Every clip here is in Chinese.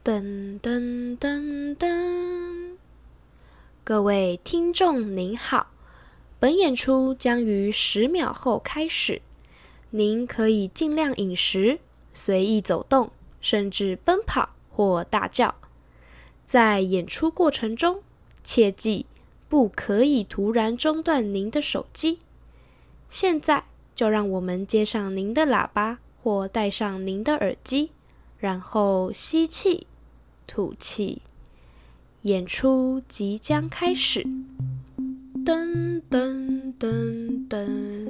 噔噔噔噔，各位听众您好，本演出将于10秒后开始，您可以尽量饮食，随意走动，甚至奔跑或大叫。在演出过程中，切记不可以突然中断您的手机。现在就让我们接上您的喇叭或戴上您的耳机，然后吸气吐气，演出即将开始。噔噔噔噔。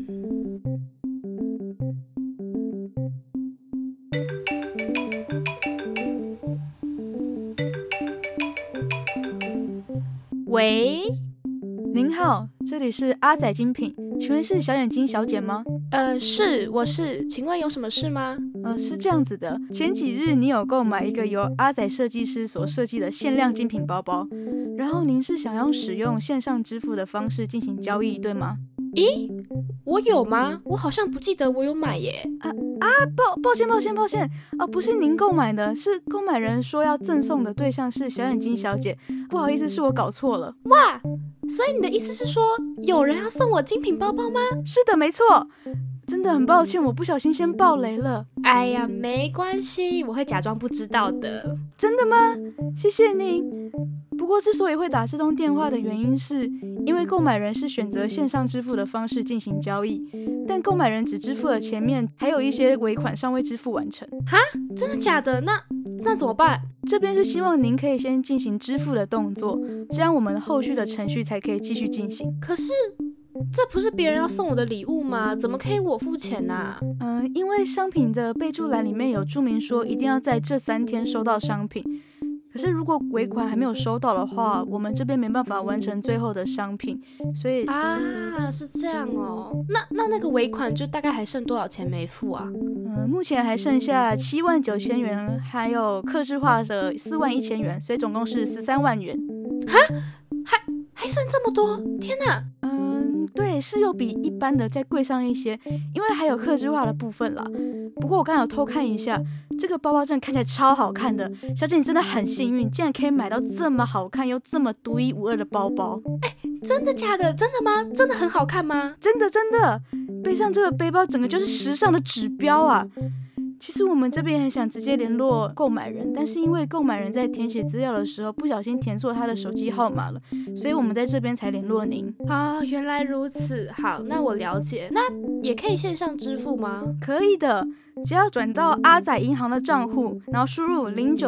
喂， 您好，这里是阿仔精品，请问是小眼睛小姐吗？ 我是，请问有什么事吗？ 是这样子的，前几日你有购买一个由阿仔设计师所设计的限量精品包包，然后您是想要使用线上支付的方式进行交易，对吗？ 咦，我有吗？我好像不记得我有买耶。 抱歉不是您购买的，是购买人说要赠送的对象是小眼睛小姐，不好意思，是我搞错了。 哇，所以你的意思是说有人要送我精品包包吗？ 是的，没错。真的很抱歉，我不小心先爆雷了。 哎呀，没关系，我会假装不知道的。 真的吗？谢谢您。不过之所以会打这通电话的原因是，因为购买人是选择线上支付的方式进行交易，但购买人只支付了前面，还有一些尾款尚未支付完成。 哈？真的假的？那怎么办？ 这边是希望您可以先进行支付的动作，这样我们后续的程序才可以继续进行。 可是这不是别人要送我的礼物吗？怎么可以我付钱啊？ 因为商品的备注栏里面有注明说一定要在这3天收到商品，可是如果尾款还没有收到的话，我们这边没办法完成最后的商品，所以是这样哦。那个尾款就大概还剩多少钱没付啊？ 目前还剩下79000元，还有客制化的41000元，所以总共是13万元。 哈？还剩这么多？天哪！ 对，是有比一般的再贵上一些，因为还有客制化的部分啦。不过我刚才有偷看一下，这个包包真的看起来超好看的，小姐你真的很幸运，竟然可以买到这么好看又这么独一无二的包包。 真的假的？真的吗？真的很好看吗？ 真的，背上这个背包整个就是时尚的指标啊。其实我们这边很想直接联络购买人，但是因为购买人在填写资料的时候不小心填错他的手机号码了，所以我们在这边才联络您。 原来如此。好，那我了解。那也可以线上支付吗？ 可以的，只要转到阿仔银行的账户，然后输入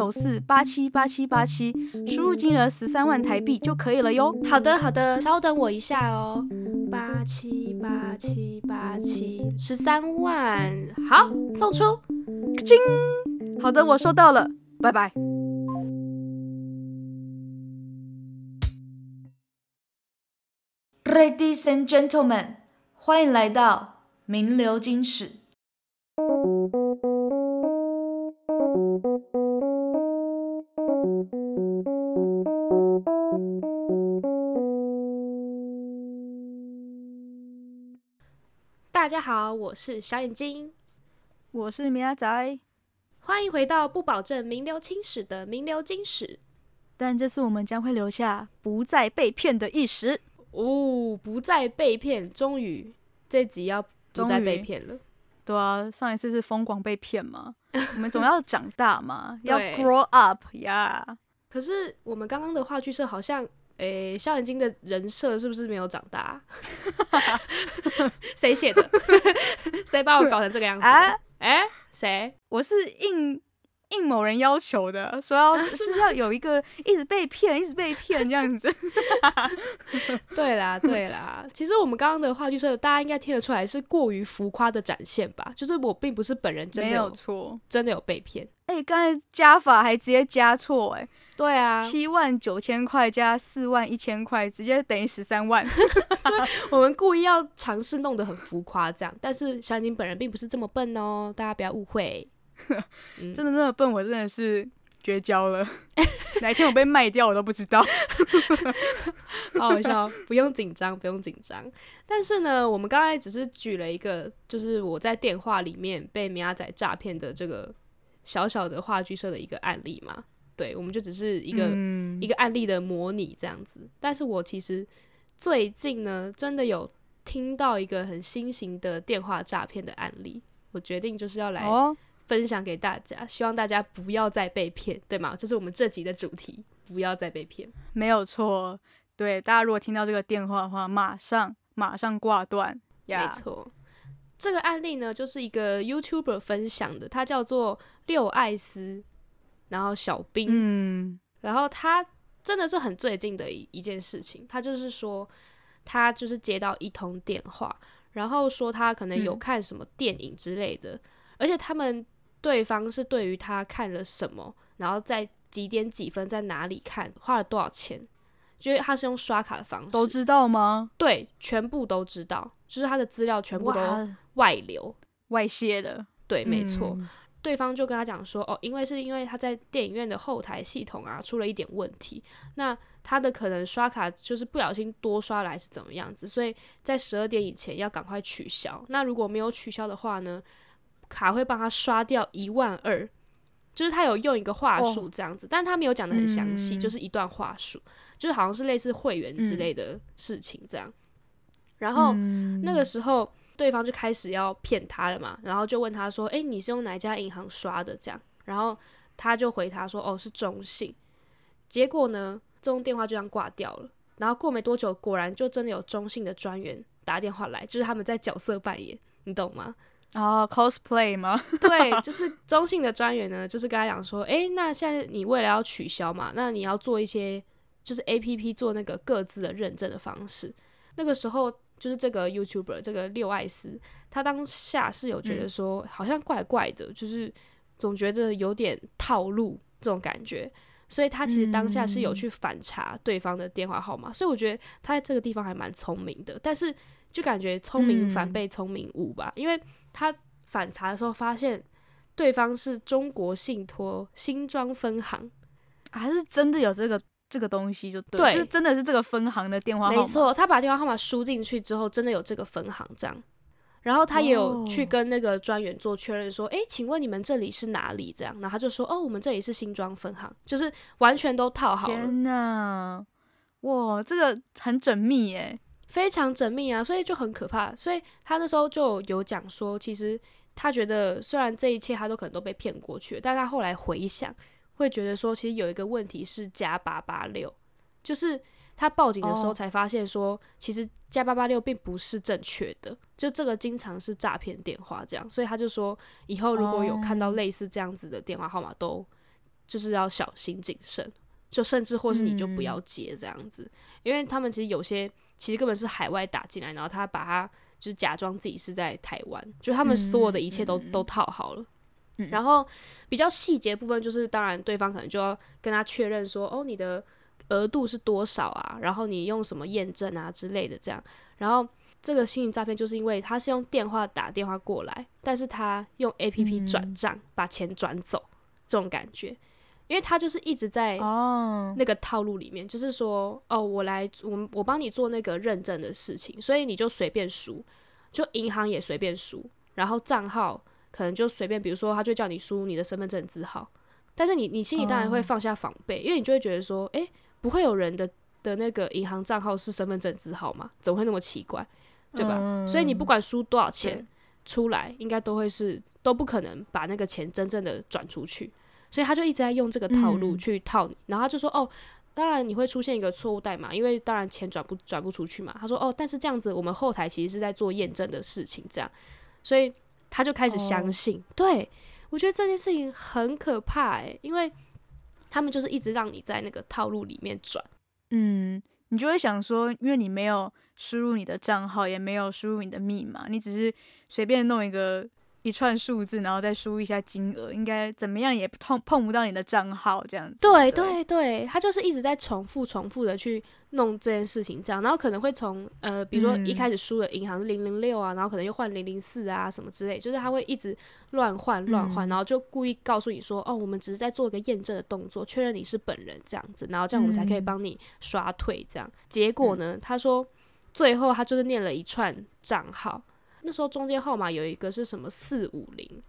094878787，输入金额13万台币就可以了哟。 好的，稍等我一下哦。878787，13万，好，送出。 叮，好的，我收到了，拜拜。Ladies and gentlemen， 欢迎来到名流金史。 大家好，我是小眼睛， 我是米阿仔， 欢迎回到不保证名留青史的名流金史。 但这次我们将会留下不再被骗的一时。 不再被骗，终于这集要不再被骗了。 对啊，上一次是疯狂被骗嘛，我们总要长大嘛，要 grow up 呀。 可是我们刚刚的话剧社好像，小眼睛的人设是不是没有长大？谁写的？谁把我搞成这个样子？谁？ 我是应某人要求的，说是要有一个一直被骗这样子。 对啦，其实我们刚刚的话剧社，大家应该听得出来是过于浮夸的展现吧？就是我并不是本人真的有错，真的有被骗。 刚才加法还直接加错对啊 ，79000块加41000块，直接等于13万。 我们故意要尝试弄得很浮夸这样，但是小眼睛本人并不是这么笨哦，大家不要误会。 真的那么笨，我真的是绝交了。哪一天我被卖掉我都不知道。 好好笑，不用紧张。但是呢，我们刚才只是举了一个，就是我在电话里面被米亚仔诈骗的这个小小的话剧社的一个案例嘛，对，我们就只是一个案例的模拟这样子。但是我其实最近呢，真的有听到一个很新型的电话诈骗的案例，我决定就是要来分享给大家，希望大家不要再被骗，对吗？这是我们这集的主题，不要再被骗。 没有错，对，大家如果听到这个电话的话，马上挂断。 没错，这个案例呢，就是一个 YouTuber 分享的，他叫做六艾斯，然后小兵，然后他真的是很最近的一件事情，他就是说他就是接到一通电话，然后说他可能有看什么电影之类的，而且对方是对于他看了什么，然后在几点几分在哪里看，花了多少钱，就是他是用刷卡的方式， 都知道吗？ 对，全部都知道，就是他的资料全部都外流外泄了。 对，没错。对方就跟他讲说，因为他在电影院的后台系统啊出了一点问题，那他的可能刷卡就是不小心多刷来是怎么样子，所以在12点以前要赶快取消。那如果没有取消的话呢，卡会帮他刷掉12000，就是他有用一个话术这样子，但他没有讲得很详细，就是一段话术，就是好像是类似会员之类的事情这样。然后那个时候对方就开始要骗他了嘛，然后就问他说你是用哪一家银行刷的这样，然后他就回他说是中信。结果呢这通电话就这样挂掉了，然后过没多久果然就真的有中信的专员打电话来，就是他们在角色扮演，你懂吗 ？cosplay 吗？ 对，就是中信的专员呢就是跟他讲说那现在你为了要取消嘛，那你要做一些就是 APP 做那个各自的认证的方式。那个时候就是这个 YouTuber 这个六艾斯，他当下是有觉得说好像怪怪的，就是总觉得有点套路这种感觉，所以他其实当下是有去反查对方的电话号码，所以我觉得他在这个地方还蛮聪明的，但是就感觉聪明反被聪明误吧，因为他反查的时候发现对方是中国信托新庄分行， 还是真的有这个东西就对，就是真的是这个分行的电话号码。 没错，他把电话号码输进去之后，真的有这个分行这样。然后他也有去跟那个专员做确认说，请问你们这里是哪里？这样，然后他就说，我们这里是新庄分行，就是完全都套好了。 天哪，哇，这个很缜密耶， 非常缜密啊，所以就很可怕。所以他那时候就有讲说，其实他觉得虽然这一切他都可能都被骗过去了，但他后来回想。会觉得说其实有一个问题是加886，就是他报警的时候才发现说其实加886并不是正确的，就这个经常是诈骗电话这样，所以他就说以后如果有看到类似这样子的电话号码都就是要小心谨慎，就甚至或是你就不要接这样子，因为他们其实有些其实根本是海外打进来，然后他把他就是假装自己是在台湾，就他们所有的一切都套好了。然后比较细节部分就是当然对方可能就要跟他确认说你的额度是多少啊，然后你用什么验证啊之类的这样。然后这个新型诈骗就是因为他是用电话打电话过来，但是他用 APP 转账把钱转走，这种感觉。因为他就是一直在那个套路里面，就是说我帮你做那个认证的事情，所以你就随便输，就银行也随便输，然后账号可能就随便，比如说他就叫你输你的身份证字号，但是你心里当然会放下防备，因为你就会觉得说不会有人的那个银行账号是身份证字号吗？怎么会那么奇怪，对吧？所以你不管输多少钱出来，应该都不可能把那个钱真正的转出去，所以他就一直在用这个套路去套你，然后他就说当然你会出现一个错误代码，因为当然钱转不出去嘛。他说但是这样子我们后台其实是在做验证的事情，这样，所以他就开始相信。对，我觉得这件事情很可怕因为他们就是一直让你在那个套路里面转。 你就会想说，因为你没有输入你的账号，也没有输入你的密码，你只是随便弄一串数字，然后再输一下金额，应该怎么样也碰不到你的账号这样子。 对，他就是一直在重复的去弄这件事情这样，然后可能会从比如说一开始输的银行是006啊，然后可能又换004啊什么之类，就是他会一直乱换，然后就故意告诉你说我们只是在做一个验证的动作，确认你是本人这样子，然后这样我们才可以帮你刷退这样。结果呢他说最后他就是念了一串账号，那时候中间号码有一个是什么450，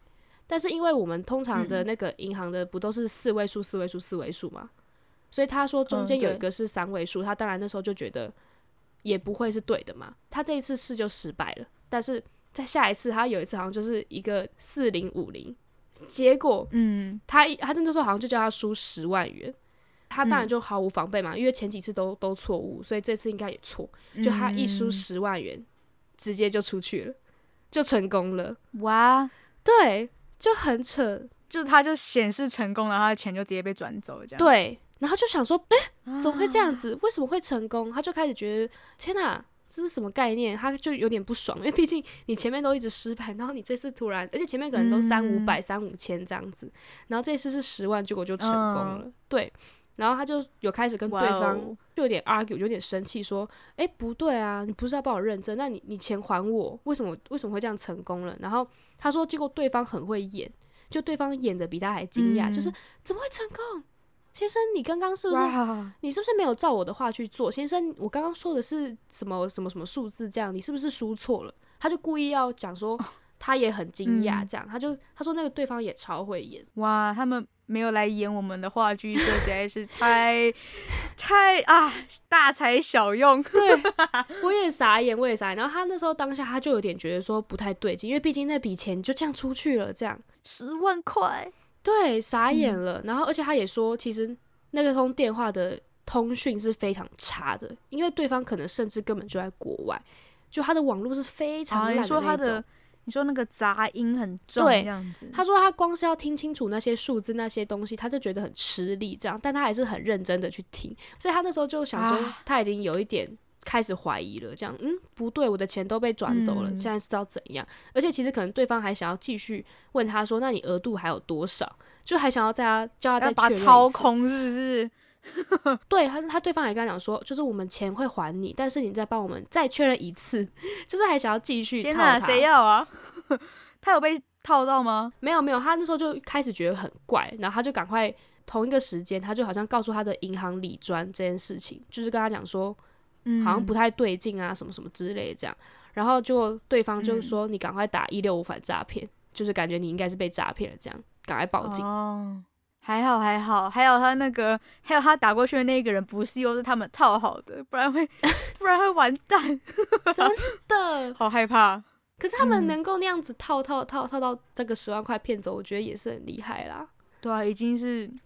但是因为我们通常的那个银行的不都是4位数4位数4位数嘛，所以他说中间有一个是3位数，他当然那时候就觉得也不会是对的嘛，他这一次试就失败了，但是在下一次他有一次好像就是一个4050，结果他那时候好像就叫他输10万元，他当然就毫无防备嘛，因为前几次都错误，所以这次应该也错，就他一输10万元直接就出去了，就成功了。 哇， 对，就很扯， 就他就显示成功了，他的钱就直接被转走了这样。 对，然后就想说怎么会这样子，为什么会成功，他就开始觉得天哪，这是什么概念，他就有点不爽，因为毕竟你前面都一直失败，然后你这次突然，而且前面可能都300-500、3-5千这样子，然后这次是10万，结果就成功了。对，然后他就有开始跟对方就有点 argue， 就有点生气，说不对啊，你不是要帮我认证，那你钱还我，为什么会这样成功了？然后他说结果对方很会演，就对方演的比他还惊讶，就是怎么会成功？先生，你刚刚是不是你是不是没有照我的话去做？先生，我刚刚说的是什么什么什么数字，这样你是不是输错了？他就故意要讲说他也很惊讶，这样他说那个对方也超会演。 哇，他们没有来演我们的话剧社，实在是太大材小用。 对，我也傻眼。然后他那时候当下他就有点觉得说不太对劲，因为毕竟那笔钱就这样出去了，这样 10万块。 对，傻眼了。然后而且他也说，其实那个通电话的通讯是非常差的，因为对方可能甚至根本就在国外，就他的网络是非常烂的那种。 你说那个杂音很重这样子。 他说他光是要听清楚那些数字那些东西，他就觉得很吃力这样，但他还是很认真的去听，所以他那时候就想说他已经有一点开始怀疑了，这样不对，我的钱都被转走了，现在是要怎样？而且其实可能对方还想要继续问他说，那你额度还有多少？就还想要叫他再确认一次， 把他掏空是不是？ 对，他对方也跟他讲说，就是我们钱会还你，但是你再帮我们再确认一次，就是还想要继续套他。 天哪，谁要啊？他有被套到吗？ 没有，他那时候就开始觉得很怪，然后他就赶快同一个时间，他就好像告诉他的银行理专这件事情，就是跟他讲说，好像不太对劲啊，什么什么之类的这样。然后就对方就说，你赶快打165反诈骗，就是感觉你应该是被诈骗了，这样赶快报警。 还好，还有他打过去的那个人不是又是他们套好的，不然会完蛋。 真的好害怕。 可是他们能够那样子套到这个10万块骗走，我觉得也是很厉害啦。 对啊，已经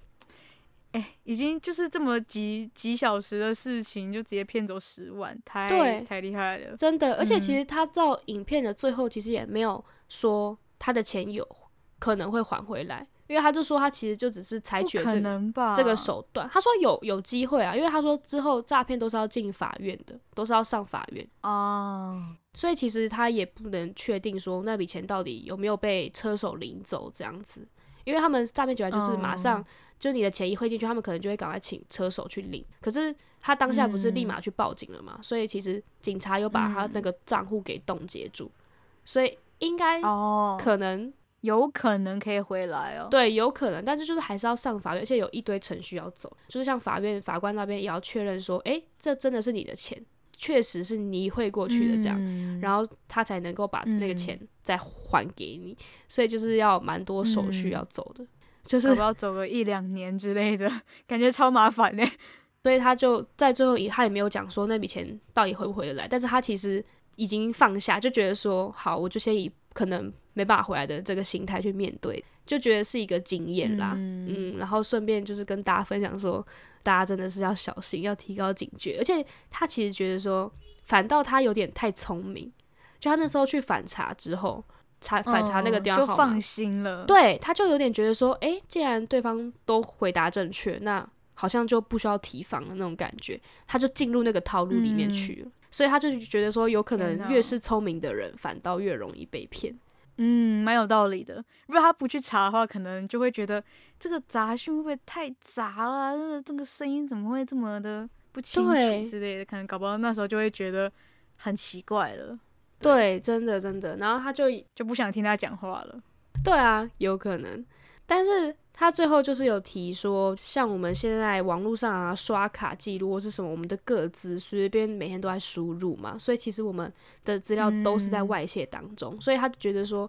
就是这么几小时的事情，就直接骗走10万，太厉害了， 真的。而且其实他照影片的最后，其实也没有说他的钱有可能会还回来。因为他就说他其实就只是采取了这个手段，他说有机会啊，因为他说之后诈骗都是要进法院的，都是要上法院所以其实他也不能确定说那笔钱到底有没有被车手领走这样子，因为他们诈骗集团就是马上就你的钱一汇进去，他们可能就会赶快请车手去领，可是他当下不是立马去报警了嘛，所以其实警察有把他那个账户给冻结住，所以应该可能有可能可以回来哦。 对，有可能，但是就是还是要上法院，而且有一堆程序要走，就是像法官那边也要确认说，这真的是你的钱，确实是你汇过去的这样，然后他才能够把那个钱再还给你，所以就是要蛮多手续要走的，就是要走个1-2年之类的，感觉超麻烦耶。 所以他就在最后他也没有讲说那笔钱到底回不回得来，但是他其实已经放下，就觉得说好，我就先以可能没办法回来的这个心态去面对，就觉得是一个经验啦。然后顺便就是跟大家分享说，大家真的是要小心，要提高警觉。而且他其实觉得说，反倒他有点太聪明，就他那时候去反查之后，反查那个电话号码， 就放心了。 对，他就有点觉得说，既然对方都回答正确，那好像就不需要提防的那种感觉，他就进入那个套路里面去了。所以他就觉得说，有可能越是聪明的人，反倒越容易被骗。 蛮有道理的。如果他不去查的话，可能就会觉得这个杂讯会不会太杂了？这个声音怎么会这么的不清楚之类的？可能搞不好那时候就会觉得很奇怪了。 对，真的。然后他就不想听他讲话了。 对啊，有可能。但是他最后就是有提说，像我们现在网络上啊刷卡记录或是什么，我们的个资随便每天都在输入嘛，所以其实我们的资料都是在外泄当中，所以他觉得说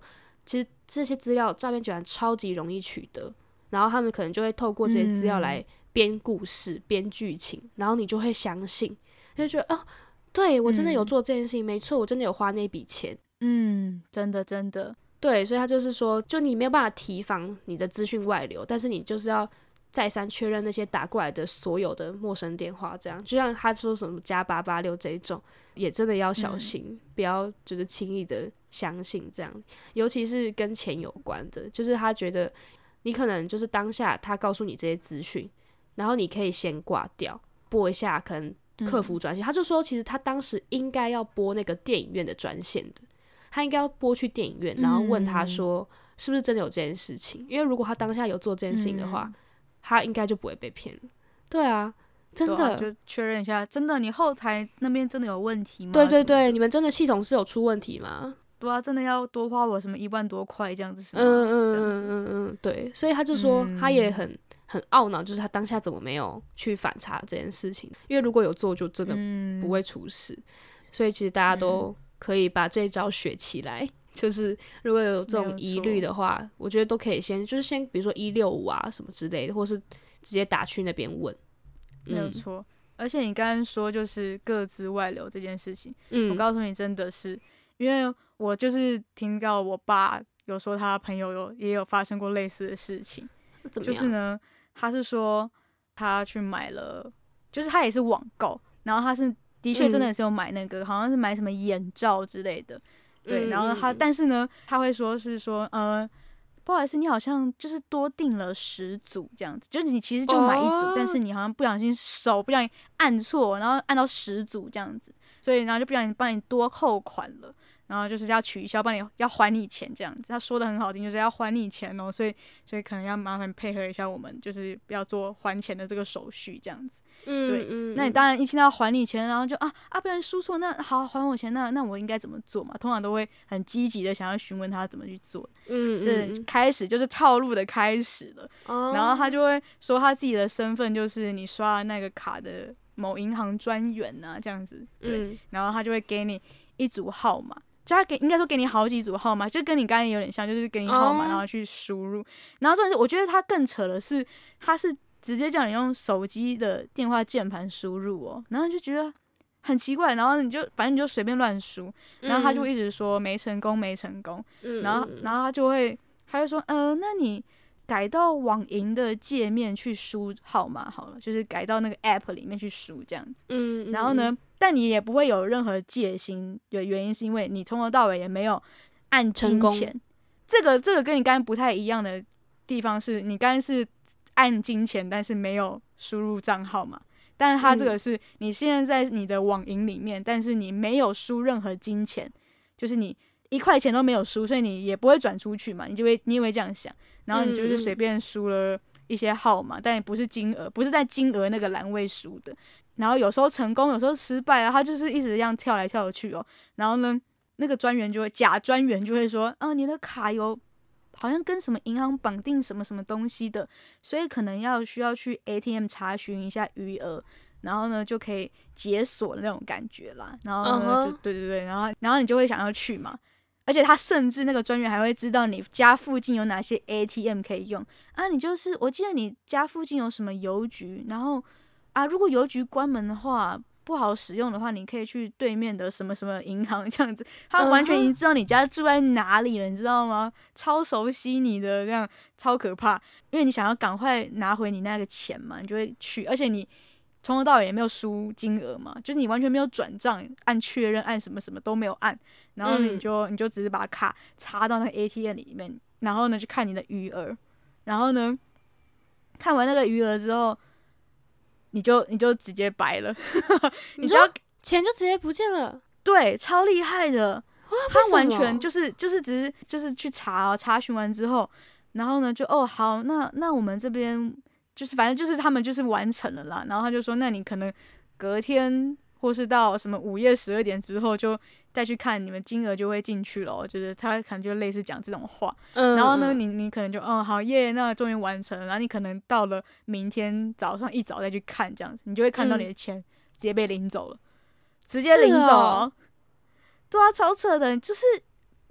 其实这些资料诈骗集团超级容易取得，然后他们可能就会透过这些资料来编故事、编剧情，然后你就会相信，就觉得哦，对我真的有做这件事情，没错，我真的有花那笔钱。 真的真的。 对，所以他就是说，就你没有办法提防你的资讯外流，但是你就是要再三确认那些打过来的所有的陌生电话，这样就像他说什么加886这一种，也真的要小心，不要就是轻易的相信这样，尤其是跟钱有关的，就是他觉得你可能就是当下他告诉你这些资讯，然后你可以先挂掉，拨一下可能客服专线，他就说其实他当时应该要拨那个电影院的专线的。他应该要拨去电影院，然后问他说是不是真的有这件事情，因为如果他当下有做这件事情的话，他应该就不会被骗了。对啊，真的， 就确认一下，真的你后台那边真的有问题吗？ 对对对，你们真的系统是有出问题吗？ 对啊，真的要多花我什么1万多块这样子是吗？ 对，所以他就说他也很懊恼，就是他当下怎么没有去反查这件事情，因为如果有做就真的不会出事。所以其实大家都可以把这一招学起来，就是如果有这种疑虑的话，我觉得都可以先比如说165啊什么之类的，或是直接打去那边问。 没有错。而且你刚刚说就是个资外流这件事情，我告诉你真的是，因为我就是听到我爸有说他朋友也有发生过类似的事情。就是呢，他是说他去买了，就是他也是网购，然后他是的确真的是有买那个，好像是买什么眼罩之类的，对，然后但是呢，他会说是说，不好意思，你好像就是多订了10组这样子，就是你其实就买1组，但是你好像不小心手不小心按错，然后按到10组这样子，所以然后就不小心帮你多扣款了。然后就是要取消，帮你要还你钱这样子，他说的很好听，就是要还你钱哦，所以可能要麻烦配合一下我们，就是要做还钱的这个手续这样子。对，那你当然一听到还你钱，然后就不然输错，那好还我钱，那我应该怎么做嘛？通常都会很积极的想要询问他怎么去做。这开始就是套路的开始了。然后他就会说他自己的身份就是你刷那个卡的某银行专员啊这样子。对，然后他就会给你1组号码。就他应该说给你好几组号码，就跟你刚才有点像，就是给你号码然后去输入。然后重点是我觉得他更扯的是，他是直接叫你用手机的电话键盘输入哦，然后就觉得很奇怪，然后反正你就随便乱输，然后他就一直说没成功没成功，然后他就说那你改到网银的界面去输号码好了，就是改到那个 app 里面去输这样子。然后呢，但你也不会有任何戒心的原因，是因为你从头到尾也没有按金钱。这个跟你刚刚不太一样的地方是，你刚刚是按金钱，但是没有输入账号嘛。但是它这个是你现在在你的网银里面，但是你没有输任何金钱，就是你1块钱都没有输，所以你也不会转出去嘛，你也会这样想，然后你就是随便输了一些号码，但也不是金额，不是在金额那个栏位输的，然后有时候成功，有时候失败啊，他就是一直这样跳来跳去哦，然后呢，那个假专员就会说，你的卡有好像跟什么银行绑定什么什么东西的，所以可能需要去 ATM 查询一下余额。然后呢，就可以解锁的那种感觉啦。然后呢，就对，然后你就会想要去嘛。而且他甚至那个专员还会知道你家附近有哪些 ATM 可以用啊。你就是我记得你家附近有什么邮局，然后如果邮局关门的话不好使用的话，你可以去对面的什么什么银行这样子。他完全已经知道你家住在哪里了，你知道吗？超熟悉你的，这样超可怕。因为你想要赶快拿回你那个钱嘛，你就会去，而且你从头到尾也没有输金额嘛，就是你完全没有转账，按确认，按什么什么都没有按，然后你就只是把卡插到那个 ATM 里面，然后呢去看你的余额，然后呢看完那个余额之后，你就直接白了，你只要钱就直接不见了， 对，超厉害的，他完全就是只是去查询完之后，然后呢就好，那我们这边。就是反正就是他们就是完成了啦，然后他就说，那你可能隔天或是到什么午夜12点之后就再去看，你们金额就会进去了。就是他可能就类似讲这种话，然后呢，你可能就好耶，那终于完成了。然后你可能到了明天早上一早再去看，这样子你就会看到你的钱直接被领走了，直接领走了。对啊，超扯的，就是你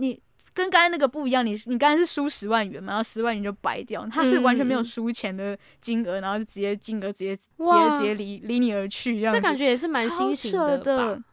跟刚才那个不一样，你刚才是输10万元嘛，然后10万元就白掉，他是完全没有输钱的金额，然后就直接金额直接离你而去，这感觉也是蛮新型的吧。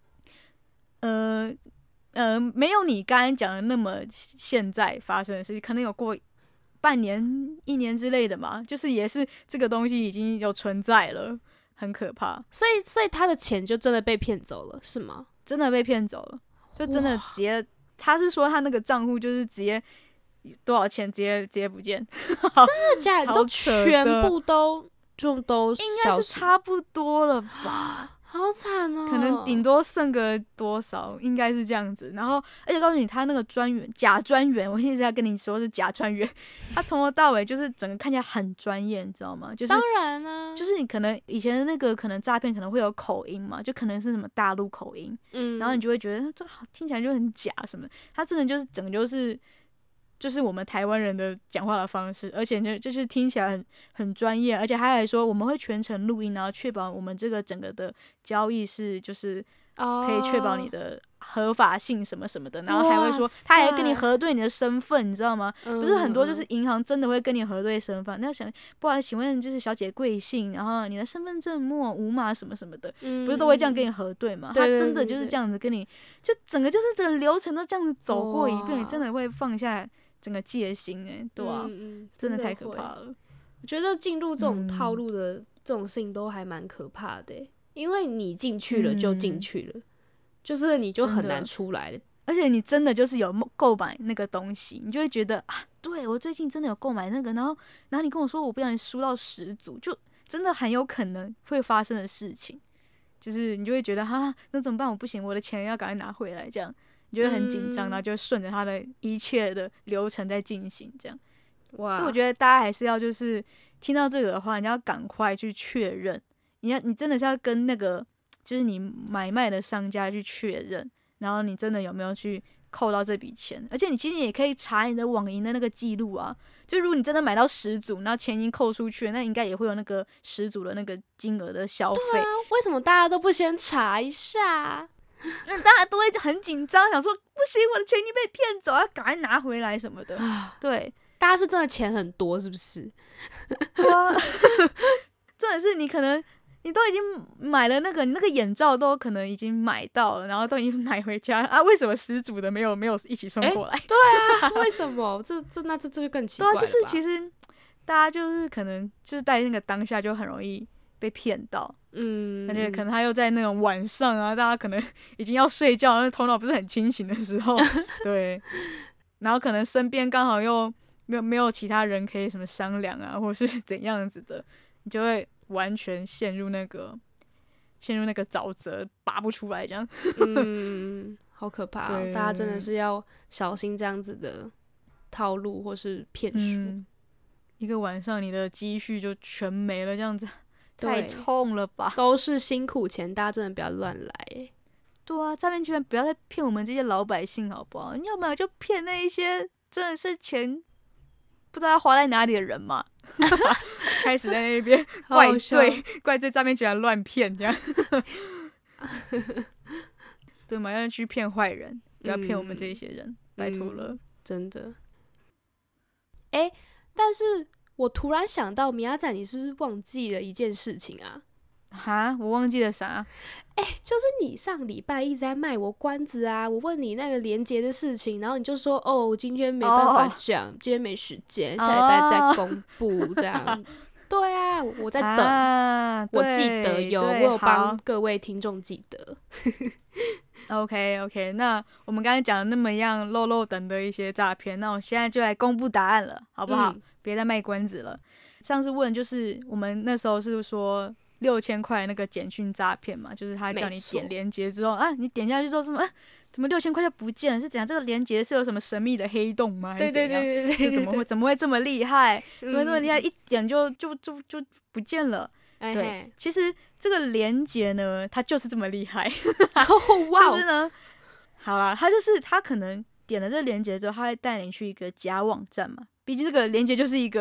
没有你刚才讲的那么现在发生的事情，可能有过半年、1年之类的嘛，就是也是这个东西已经有存在了，很可怕。 所以他的钱就真的被骗走了，是吗？ 真的被骗走了，就真的直接，他是说他那个账户就是直接多少钱直接不见， 真的假的？都全部都应该是差不多了吧。 好惨哦， 可能顶多剩个多少，应该是这样子。然后，而且告诉你，他那个假专员，我一直在跟你说是假专员，他从头到尾就是整个看起来很专业，你知道吗？就是当然啊， 就是你可能以前的那个可能诈骗可能会有口音嘛，就可能是什么大陆口音，然后你就会觉得这听起来就很假什么。他这个就是整个就是我们台湾人的讲话的方式，而且就是听起来很专业，而且他还说我们会全程录音，然后确保我们这个整个的交易是就是可以确保你的合法性什么什么的，然后还会说他还跟你核对你的身份，你知道吗？不是很多就是银行真的会跟你核对身份，那想不好意思，请问就是小姐贵姓，然后你的身份证末5码什么什么的，不是都会这样跟你核对吗？他真的就是这样子跟你，就整个就是整个流程都这样子走过一遍，你真的会放下整个戒心对啊，真的太可怕了。 我觉得进入这种套路的这种事情都还蛮可怕的因为你进去了就进去了，就是你就很难出来了。 而且你真的就是有购买那个东西，你就会觉得啊，对我最近真的有购买那个，然后你跟我说我不小心输到10组，就真的很有可能会发生的事情，就是你就会觉得哈，那怎么办？我不行，我的钱要赶快拿回来，这样。你就会很紧张，然后就顺着他的一切的流程在进行，这样。所以我觉得大家还是要就是听到这个的话，你要赶快去确认，你真的是要跟那个就是你买卖的商家去确认，然后你真的有没有去扣到这笔钱，而且你其实也可以查你的网银的那个记录啊，就如果你真的买到10组，然后钱已经扣出去了，那应该也会有那个10组的那个金额的消费。 对啊，为什么大家都不先查一下？ 大家都会很紧张，想说不行，我的钱已经被骗走，要赶快拿回来什么的。对， 大家是真的钱很多，是不是？ 对啊，重点是你可能你都已经买了那个，你那个眼罩都可能已经买到了，然后都已经买回家啊？为什么10组的没有一起送过来？ 对啊，为什么？这就更奇怪了吧？ 对啊，就是其实大家就是可能就是在那个当下就很容易被骗到。而且可能他又在那种晚上啊，大家可能已经要睡觉，那头脑不是很清醒的时候，对，然后可能身边刚好又没有其他人可以什么商量啊，或是怎样子的，你就会完全陷入那个沼泽，拔不出来这样。 好可怕大家真的是要小心这样子的套路或是骗术。 一个晚上你的积蓄就全没了，这样子。太痛了吧！ 都是辛苦钱，大家真的不要乱来。 对啊，诈骗集团不要再骗我们这些老百姓好不好？要么就骗那一些真的是钱不知道要花在哪里的人嘛。开始在那边怪罪诈骗集团乱骗这样。对嘛，要去骗坏人，不要骗我们这些人，拜托了， 真的。但是我突然想到，米亚仔，你是不是忘记了一件事情啊？ 哈，我忘记了啥？ 就是你上礼拜一直在卖我关子啊！我问你那个连结的事情，然后你就说今天没办法讲，今天没时间，下礼拜再公布这样。对啊，我在等，我记得我有帮各位听众记得。 OK， 那我们刚才讲了那么样漏等的一些诈骗，那我现在就来公布答案了，好不好？别再卖关子了。上次问就是我们那时候是说6000块那个简讯诈骗嘛，就是他叫你点连结之后啊，你点下去之后什么怎么6000块就不见了？是怎样？这个连结是有什么神秘的黑洞吗？ 对， 就怎么会这么厉害？怎么会这么厉害？一点就不见了。对，其实这个连结呢，它就是这么厉害。就是呢，好啦，他可能点了这个连结之后，他会带你去一个假网站嘛。毕竟这个连结就是一个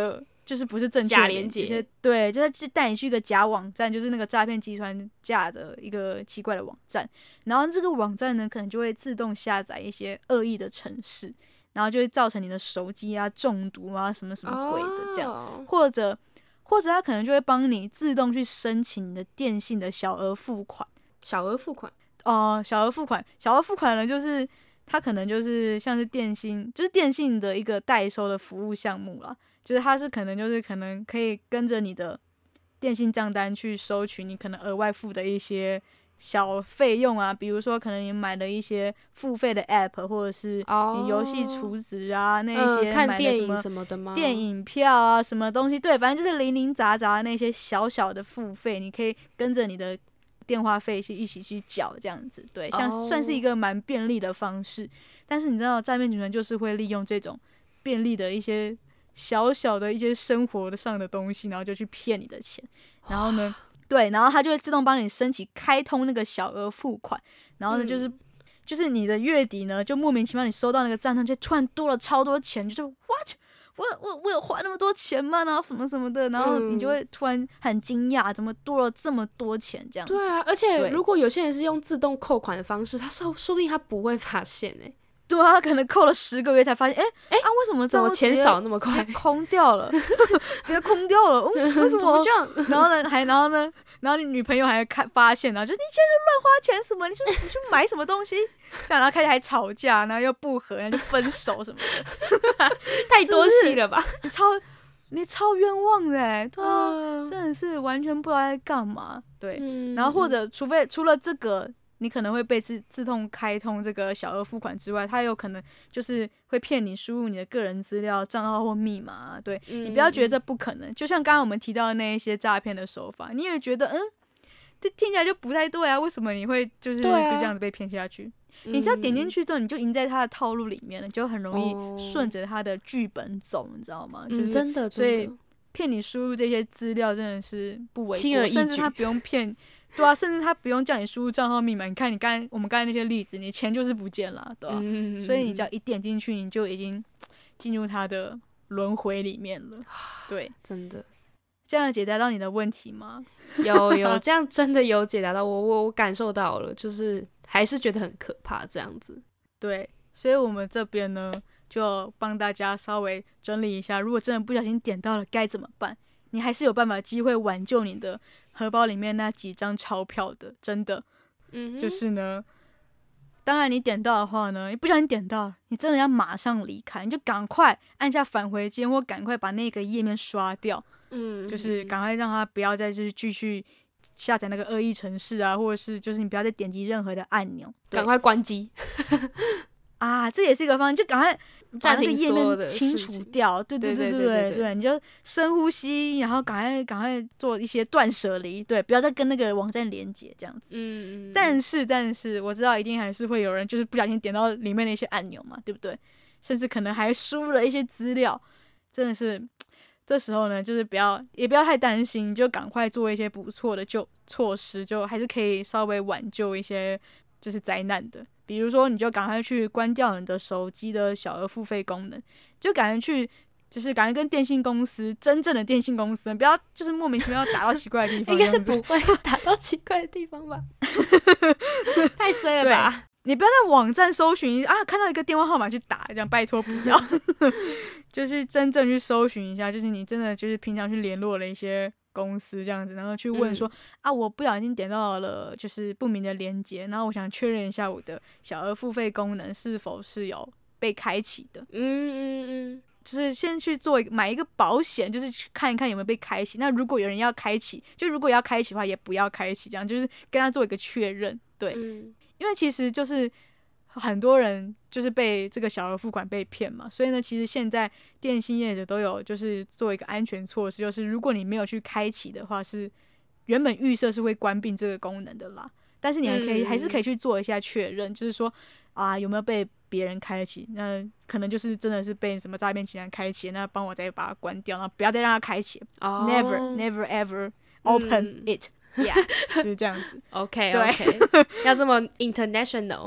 就是不是正确的假连结， 对，就是带你去一个假网站，就是那个诈骗集团架的一个奇怪的网站，然后这个网站呢，可能就会自动下载一些恶意的程式，然后就会造成你的手机啊中毒啊什么什么鬼的这样，或者它可能就会帮你自动去申请你的电信的小额付款小额付款呢，就是它可能就是像是电信的一个代收的服务项目啦，就是它是可能可以跟着你的电信账单去收取你可能额外付的一些小费用啊，比如说可能你买了一些付费的 app， 或者是你游戏储值啊，那一些看买电影什么的吗？ 电影票啊，什么东西，对，反正就是零零杂杂的那些小小的付费，你可以跟着你的电话费一起去缴这样子，对，像算是一个蛮便利的方式。但是你知道诈骗集团就是会利用这种便利的一些小小的一些生活上的东西，然后就去骗你的钱，然后呢对，然后他就会自动帮你申请开通那个小额付款，然后呢就是你的月底呢就莫名其妙你收到那个账单就突然多了超多钱，就是 what， 我有花那么多钱吗？然后什么什么的，然后你就会突然很惊讶，怎么多了这么多钱这样子。 对啊，而且如果有些人是用自动扣款的方式，说不定他不会发现对啊，可能扣了10个月才发现，为什么怎么钱少那么快， 空掉了，直接空掉了，为什么这样？ 然后你女朋友还发现，然后就你现在乱花钱什么？你去买什么东西？然后开始还吵架，然后又不和，然后就分手什么的， 太多戏了吧？ 你超冤枉的对啊，真的是完全不知道在干嘛。对，然后或者除了这个。你可能会被自动开通这个小额付款之外，它有可能就是会骗你输入你的个人资料、账号或密码。对，你不要觉得这不可能，就像刚刚我们提到的那一些诈骗的手法，你也觉得这听起来就不太对啊，为什么你会就这样子被骗下去？你只要点进去之后，你就赢在他的套路里面了，就很容易顺着他的剧本走，你知道吗？就是真的， 所以骗你输入这些资料真的是不为过， 轻而易举， 甚至他不用骗。对啊，甚至他不用叫你输入账号密码，你看我们刚才那些例子，你钱就是不见了，对吧？所以你只要一点进去，你就已经进入他的轮回里面了。对， 真的， 这样解答到你的问题吗？ 有，这样真的有解答到我感受到了，就是还是觉得很可怕这样子。 对，所以我们这边呢，就帮大家稍微整理一下，如果真的不小心点到了该怎么办？你还是有办法机会挽救你的荷包里面那几张钞票的，真的。就是呢，当然你点到的话呢，你不小心点到，你真的要马上离开，你就赶快按下返回键，或赶快把那个页面刷掉。就是赶快让他不要再就是继续下载那个恶意程式啊，或者是就是你不要再点击任何的按钮， 赶快关机。 这也是一个方案，就赶快把那个页面清除掉。对，你就深呼吸，然后赶快做一些断舍离，对，不要再跟那个网站连接这样子。但是我知道一定还是会有人就是不小心点到里面的一些按钮嘛，对不对？甚至可能还输入了一些资料，真的是这时候呢，就是也不要太担心，就赶快做一些不错的措施，就还是可以稍微挽救一些就是灾难的。比如说，你就赶快去关掉你的手机的小额付费功能，就赶快跟电信公司，真正的电信公司，不要就是莫名其妙打到奇怪的地方。 应该是不会打到奇怪的地方吧？太衰了吧！ 你不要在网站搜寻看到一个电话号码去打，这样拜托不要。就是真正去搜寻一下，就是你真的就是平常去联络了一些公司这样子，然后去问说我不小心点到了就是不明的连结，然后我想确认一下我的小额付费功能是否是有被开启的。就是先去买一个保险，就是去看一看有没有被开启。那如果有人要开启，如果要开启的话，也不要开启，这样就是跟他做一个确认。对，因为其实就是很多人就是被这个小额付款被骗嘛，所以呢，其实现在电信业者都有就是做一个安全措施，就是如果你没有去开启的话，是原本预设是会关闭这个功能的啦。但是你还是可以去做一下确认，就是说有没有被别人开启，那可能就是真的是被什么诈骗集团开启，那帮我再把它关掉，然后不要再让它开启，never ever open it。Yeah， 就是这样子。 OK， 要这么 international。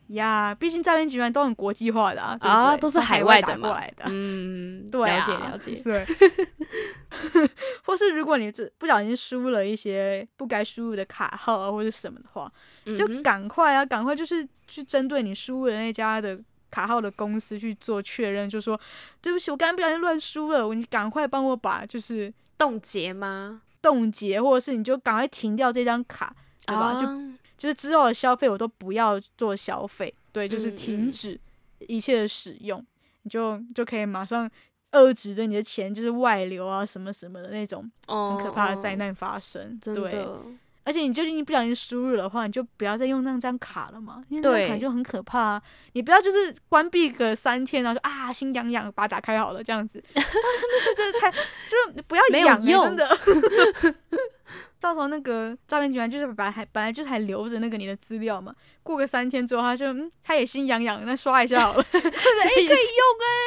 呀，毕竟诈骗集团都很国际化的对不对？ 都是海外的嘛， 过来的。对了解了解。 对，或是如果你不小心输入了一些不该输入的卡号啊，或者什么的话，就赶快就是去针对你输入的那家的卡号的公司去做确认，就说对不起，我刚才不小心乱输了，你赶快帮我把就是冻结吗？ 冻结，或者是你就赶快停掉这张卡，对吧？就是之后的消费我都不要做消费，对，就是停止一切的使用，你就可以马上遏制着你的钱就是外流啊什么什么的那种很可怕的灾难发生，对。而且你不小心输入的话，你就不要再用那张卡了嘛，因为那张卡就很可怕啊。你不要就是关闭个3天，然后就心痒痒，把它打开好了这样子，这太就不要痒真的。到时候那个诈骗集团就是本来就是还留着那个你的资料嘛，过个3天之后他也心痒痒，那刷一下好了，可以用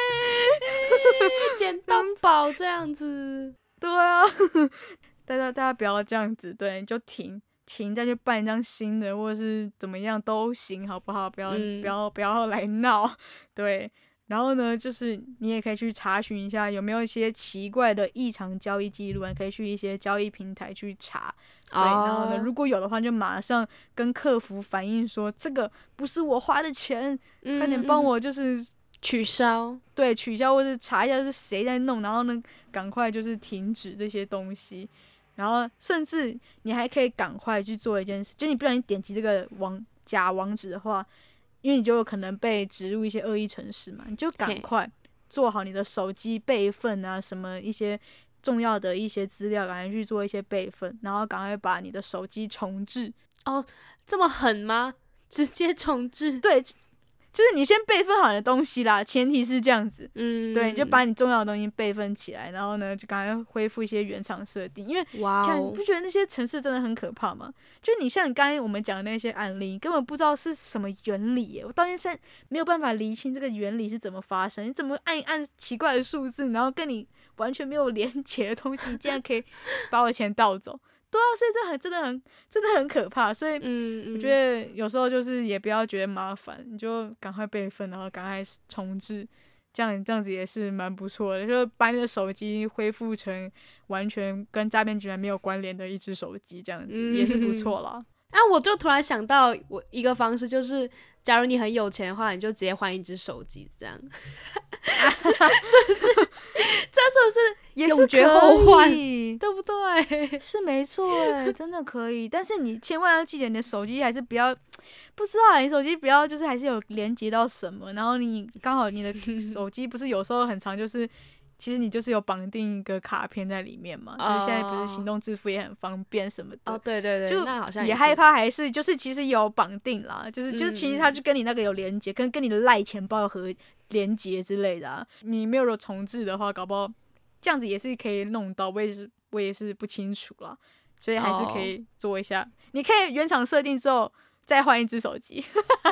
捡到宝这样子。 对啊，大家不要这样子，对，你就停再去办一张新的，或者是怎么样都行，好不好？不要来闹，对。然后呢，就是你也可以去查询一下有没有一些奇怪的异常交易记录，你可以去一些交易平台去查，对。然后呢，如果有的话，就马上跟客服反映说这个不是我花的钱，快点帮我就是取消， 对，取消，或是查一下是谁在弄，然后呢，赶快就是停止这些东西。然后甚至你还可以赶快去做一件事，就你不小心点击这个假网址的话，因为你就有可能被植入一些恶意程式嘛，你就赶快做好你的手机备份啊，什么一些重要的一些资料，赶快去做一些备份，然后赶快把你的手机重置。 这么狠吗？直接重置？ 对，就是你先备份好你的东西啦，前提是这样子，对，你就把你重要的东西备份起来，然后呢，就赶快恢复一些原厂设定，因为看你不觉得那些程式真的很可怕吗？就你像刚才我们讲的那些案例，根本不知道是什么原理耶，我到现在没有办法厘清这个原理是怎么发生，你怎么按一按奇怪的数字，然后跟你完全没有连结的东西，你竟然可以把我的钱盗走？对啊，所以真的很可怕，所以我觉得有时候就是也不要觉得麻烦，你就赶快备份，然后赶快重置，这样子也是蛮不错的，就是把你的手机恢复成完全跟诈骗集团没有关联的一只手机，这样子也是不错啦。 我就突然想到我一个方式，就是假如你很有钱的话，你就直接换一只手机，这样是不是？这是不是永绝后患？对不对？ 是没错耶，真的可以。但是你千万要记得，你的手机还是不要，不知道你手机不要就是还是有连接到什么，然后你刚好你的手机不是有时候很常就是其实你就是有绑定一个卡片在里面嘛，就是现在不是行动支付也很方便什么的。 对对对， 就那好像也害怕还是就是其实有绑定啦，就是其实它就跟你那个有连接，跟你的赖钱包和连接之类的啊。你没有重置的话，搞不好这样子也是可以弄到，我也是不清楚啦，所以还是可以做一下。你可以原厂设定之后再换一只手机，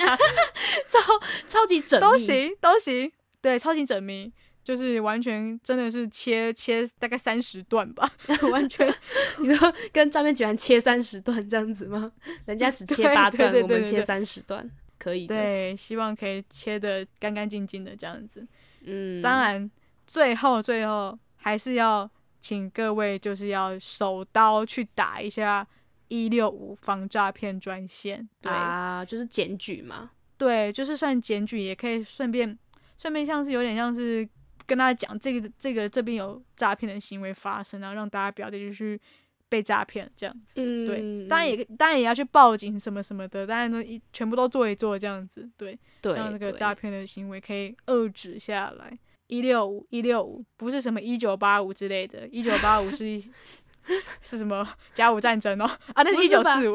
超级缜密， 都行，对，超级缜密。就是完全真的是切大概30段吧，完全你说跟诈骗集团切30段这样子吗？人家只切8段，我们切30段，可以的。 对，希望可以切得干干净净的这样子。当然最后还是要请各位就是要手刀去打一下165防诈骗专线。对啊，就是检举嘛。 对，就是算检举，也可以顺便像是有点像是跟大家讲这边有诈骗的行为发生，然后让大家不要再去被诈骗这样子。对，当然也要去报警什么什么的，当然都全部都做一做这样子。对，让这个诈骗的行为可以遏制下来。165不是什么1985之类的，1985是什么甲午战争哦？啊，那是1945。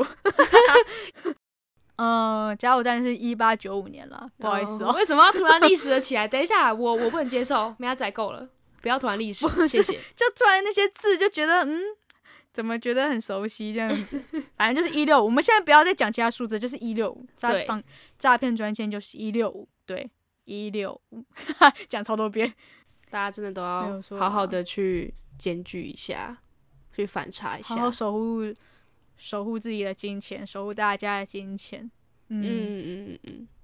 甲午战是1895年啦，不好意思哦。 为什么要突然历史了起来？等一下，我不能接受，没仔够了，不要突然历史，谢谢。 就突然那些字就觉得怎么觉得很熟悉这样子？反正就是165，我们现在不要再讲其他数字，就是165。诈骗专线就是165，对，165，讲超多遍， 大家真的都要好好的去检举一下，去反查一下， 好好守护自己的金钱，守护大家的金钱。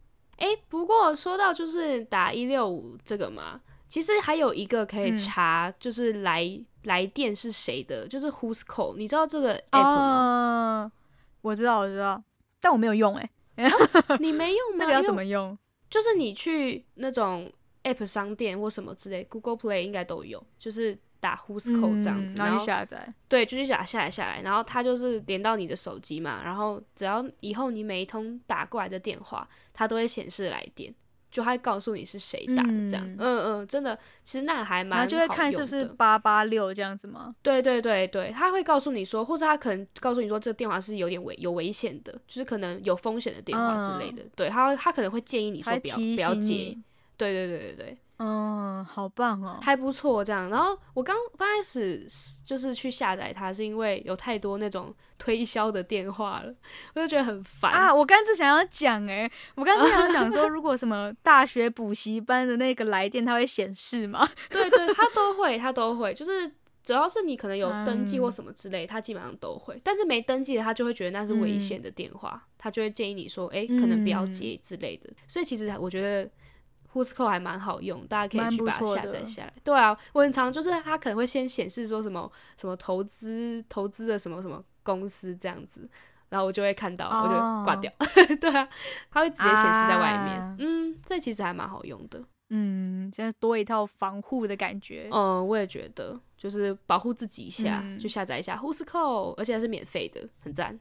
不过说到就是打165这个嘛，其实还有一个可以查，就是来电是谁的，就是 Who's Call， 你知道这个 app 吗？ 我知道，但我没有用你没用吗？ 那个要怎么用？ 就是你去那种 app 商店或什么之类 ，Google Play 应该都有，就是打 Who's Call 这样子， 然后去下载。 对，就去下载，然后它就是连到你的手机嘛，然后只要以后你每一通打过来的电话，它都会显示来电，就它会告诉你是谁打的这样。真的，其实那还蛮好用的。 然后就会看是不是886这样子吗？ 对，他会告诉你说，或者他可能告诉你说这个电话是有危险的，就是可能有风险的电话之类的。对，他可能会建议你说不要接。对。 好棒哦， 还不错这样。然后我刚开始就是去下载它，是因为有太多那种推销的电话了，我就觉得很烦啊。我刚才想要讲说，如果什么大学补习班的那个来电，它会显示吗？ 对，它都会，就是只要是你可能有登记或什么之类，它基本上都会。但是没登记的，他就会觉得那是危险的电话，他就会建议你说，可能不要接之类的。所以其实我觉得Who's Call 还蛮好用，大家可以去把它下载下来。对啊，我很常就是它可能会先显示说什么投资的什么什么公司这样子，然后我就会看到，我就挂掉。对啊，它会直接显示在外面。这其实还蛮好用的。 现在多一套防护的感觉。 我也觉得，就是保护自己一下，就下载一下 Who's Call， 而且还是免费的，很赞。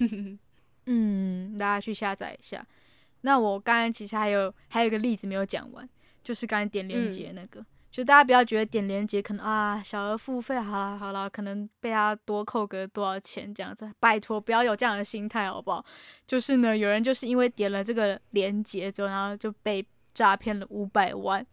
大家去下载一下。那我刚才其实还有一个例子没有讲完，就是刚才点连结那个，就大家不要觉得点连结可能小额付费，好了，可能被他多扣个多少钱这样子，拜托不要有这样的心态好不好？就是呢，有人就是因为点了这个连结之后，然后就被诈骗了500万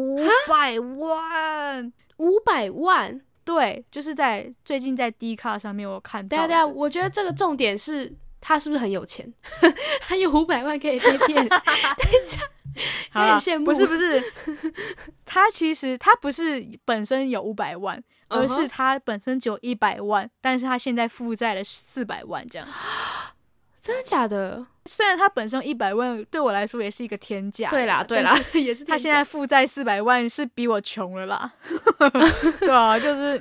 ，500万， 对，就是最近在 Dcard 上面我看到。 对，我觉得这个重点是。他是不是很有钱？他有500万可以被骗？等一下，有点羡慕。 不是，他其实他不是本身有500万，而是他本身只有100万，但是他现在负债了400万这样。 真的假的？ 虽然他本身100万对我来说也是一个天价， 对啦，也是天价。 他现在负债400万是比我穷了啦。对啊，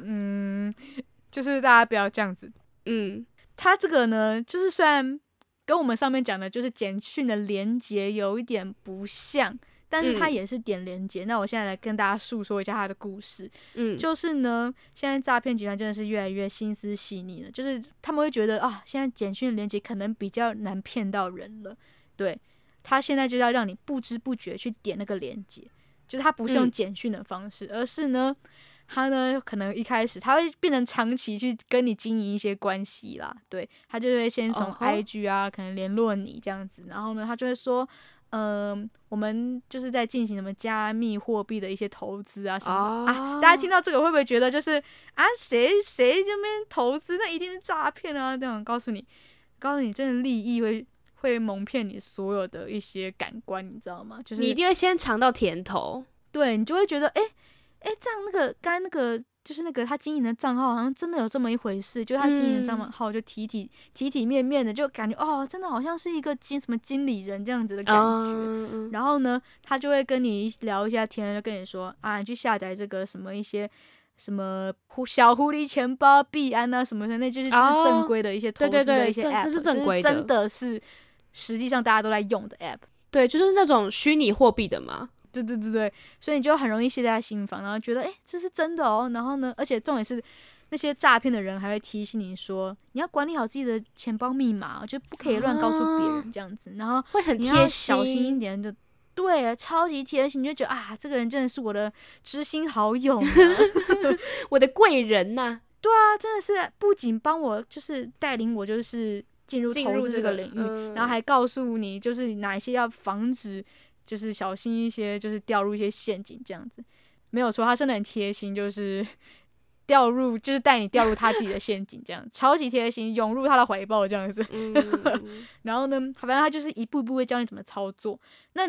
就是大家不要这样子。他这个呢，就是虽然跟我们上面讲的就是简讯的连结有一点不像，但是他也是点连结。那我现在来跟大家诉说一下他的故事。就是呢，现在诈骗集团真的是越来越心思细腻了，就是他们会觉得现在简讯的连结可能比较难骗到人了。对，他现在就要让你不知不觉去点那个连结，就是他不是用简讯的方式，而是呢。他呢，可能一开始他会变成长期去跟你经营一些关系啦，对，他就会先从 IG 可能联络你这样子，然后呢，他就会说，我们就是在进行什么加密货币的一些投资什么的大家听到这个会不会觉得就是谁这边投资那一定是诈骗啊？这样告诉你真的利益会蒙骗你所有的一些感官，你知道吗？就是你一定会先尝到甜头， 对你就会觉得这样刚才那个就是那个他经营的账号好像真的有这么一回事，就他经营的账号就体面面的，就感觉真的好像是一个什么经理人这样子的感觉。然后呢，他就会跟你聊一下天，就跟你说你去下载这个什么一些什么小狐狸钱包、币安什么的，那就是正规的一些投资的一些 app， 这是正规的， 真的是实际上大家都在用的 app。 对，就是那种虚拟货币的嘛。 对，所以你就很容易卸在心防，然后觉得这是真的然后呢，而且重点是那些诈骗的人还会提醒你说，你要管理好自己的钱包密码，就不可以乱告诉别人这样子，然后会很贴心， 你要小心一点，就对，超级贴心，你就觉得这个人真的是我的知心好友我的贵人呐。 对啊，真的是不仅帮我就是带领我就是进入投资这个领域，然后还告诉你就是哪一些要防止。就是小心一些，就是掉入一些陷阱这样子，没有错，他真的很贴心，就是就是带你掉入他自己的陷阱这样，超级贴心，涌入他的怀抱这样子。然后呢，反正他就是一步一步会教你怎么操作。那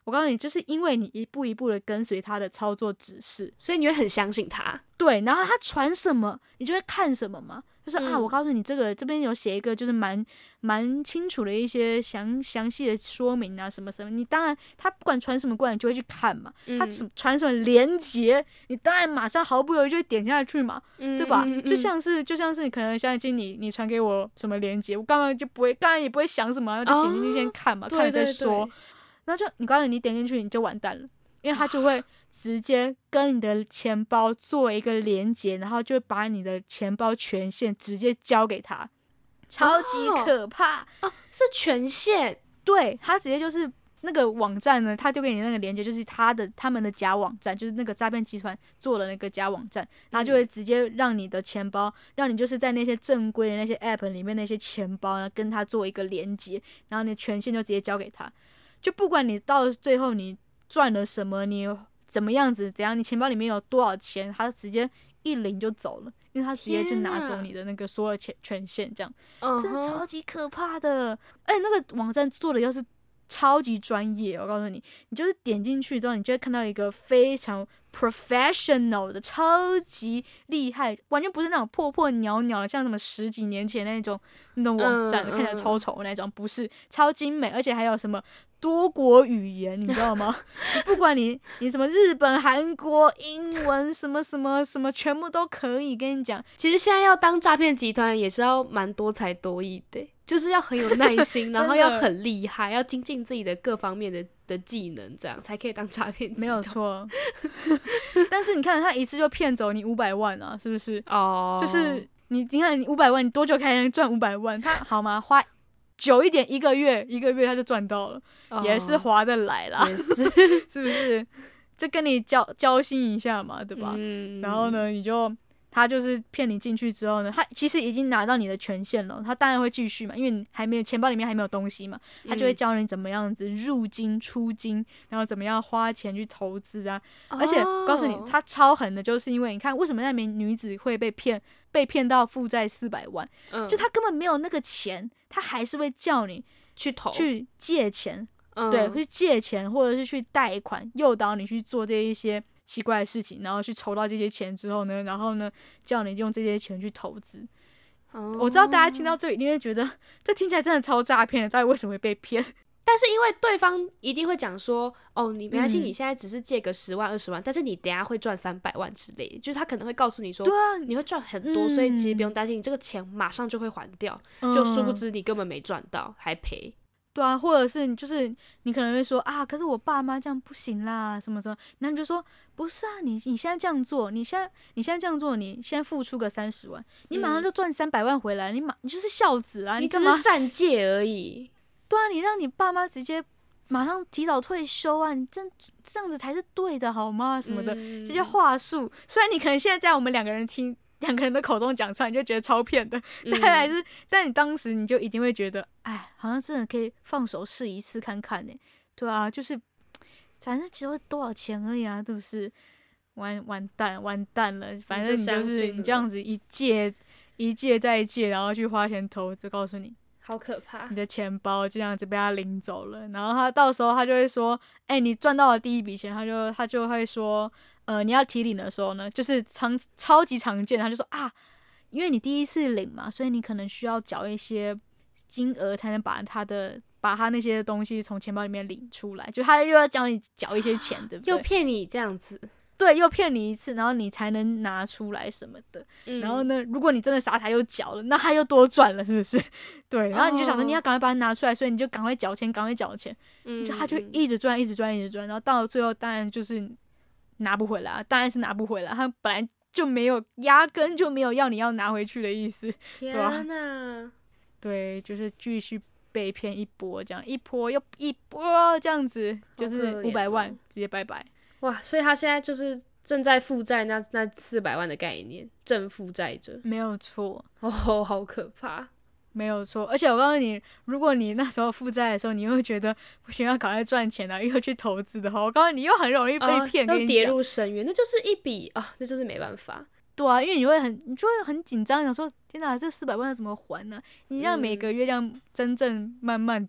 我告诉你，就是因为你一步一步的跟随他的操作指示， 所以你会很相信他。 对，然后他传什么，你就会看什么嘛。就是我告诉你，这边有写一个，就是蛮清楚的一些详细的说明啊，什么什么。你当然他不管传什么过来，你就会去看嘛。他传什么连结，你当然马上毫不犹豫就会点下去嘛，对吧？就像是你可能像今天你传给我什么连结，我刚刚也不会想什么，就点进去先看嘛，看了再说。然后就你告诉你点进去你就完蛋了，因为他就会直接跟你的钱包做一个连结，然后就把你的钱包权限直接交给他，超级可怕是权限？ 对，他直接就是那个网站呢，他丢给你那个连结，就是他们的假网站，就是那个诈骗集团做的那个假网站，然后就会直接让你的钱包，让你就是在那些正规的那些 app 里面那些钱包呢，跟他做一个连结，然后你的权限就直接交给他。就不管你到最后你赚了什么，你怎么样子怎样，你钱包里面有多少钱，他直接一领就走了，因为他直接就拿走你的那个所有权限，这样真的超级可怕的。那个网站做的要是超级专业，我告诉你，你就是点进去之后，你就会看到一个非常 professional 的超级厉害，完全不是那种破鸟鸟的，像什么10几年前那种网站，看起来超丑的那种，不是，超精美，而且还有什么多国语言，你知道吗？不管你什么日本、韩国、英文什么什么什么，全部都可以。跟你讲， 其实现在要当诈骗集团也是要蛮多才多艺的，就是要很有耐心，然后要很厉害，要精进自己的各方面的技能，这样才可以当诈骗集团。 没有错。但是你看，他一次就骗走你500万啊，是不是？就是你看你500万，你多久才能赚500万？他好吗？花久一点，一个月他就赚到了，也是划得来啦， 也是是不是？就跟你交心一下嘛，对吧？然后呢，他就是骗你进去之后呢，他其实已经拿到你的权限了，他当然会继续嘛，因为你还没有钱包里面还没有东西嘛，他就会教你怎么样子入金出金，然后怎么样花钱去投资啊。而且告诉你，他超狠的，就是因为你看为什么那名女子会被骗到负债400万，就他根本没有那个钱，他还是会叫你去借钱，对，去借钱或者是去贷款，诱导你去做这一些奇怪的事情，然后去筹到这些钱之后呢，然后呢叫你用这些钱去投资。我知道大家听到这里一定会觉得这听起来真的超诈骗的，到底为什么会被骗？ 但是因为对方一定会讲说，你没关系，你现在只是借个10万20万，但是你等一下会赚300万之类的，就是他可能会告诉你说，你会赚很多，所以其实不用担心，你这个钱马上就会还掉，就殊不知你根本没赚到，还赔。 对啊，或者是就是你可能会说可是我爸妈这样不行啦，什么什么，那你就说不是啊，你现在这样做，你现在这样做，你先付出个30万，你马上就赚300万回来，你就是孝子啊， 你干嘛只是暂借而已？ 对啊，你让你爸妈直接马上提早退休啊，你这样子才是对的好吗？什么的，这些话术，虽然你可能现在在我们两个人的口中讲出来，你就觉得超骗的，但你当时你就一定会觉得，好像真的可以放手试一次看看呢。对啊，就是反正只有多少钱而已啊，对不是？完蛋了，反正你就是你这样子一借再借，然后去花钱投资，告诉你。 好可怕！ 你的钱包就这样子被他领走了，然后他到时候他就会说，你赚到了第一笔钱，他就会说，你要提领的时候呢，就是超级常见，他就说因为你第一次领嘛，所以你可能需要缴一些金额才能把他那些东西从钱包里面领出来，就他又要叫你缴一些钱，对不对？ 又骗你这样子。 对，又骗你一次，然后你才能拿出来什么的。然后呢，如果你真的傻傻又缴了，那他又多赚了，是不是？对，然后你就想说你要赶快把它拿出来，所以你就赶快缴钱，他就一直赚，然后到了最后当然就是拿不回来，当然是拿不回来，他本来就压根就没有要你要拿回去的意思，对吧？ 天哪！ 对，就是继续被骗一波，这样一波又一波这样子，就是500万直接拜拜。 哇，所以他现在就是正在负债那400万的概念，正负债者， 没有错。 好可怕， 没有错。而且我告诉你，如果你那时候负债的时候，你又会觉得不行，要赶快赚钱啊，又去投资的话，我告诉你，又很容易被骗， 又跌入深渊，那就是一笔那就是没办法。 对啊，因为你就会很紧张，想说天哪，这400万要怎么还呢？你这样每个月这样真正慢慢的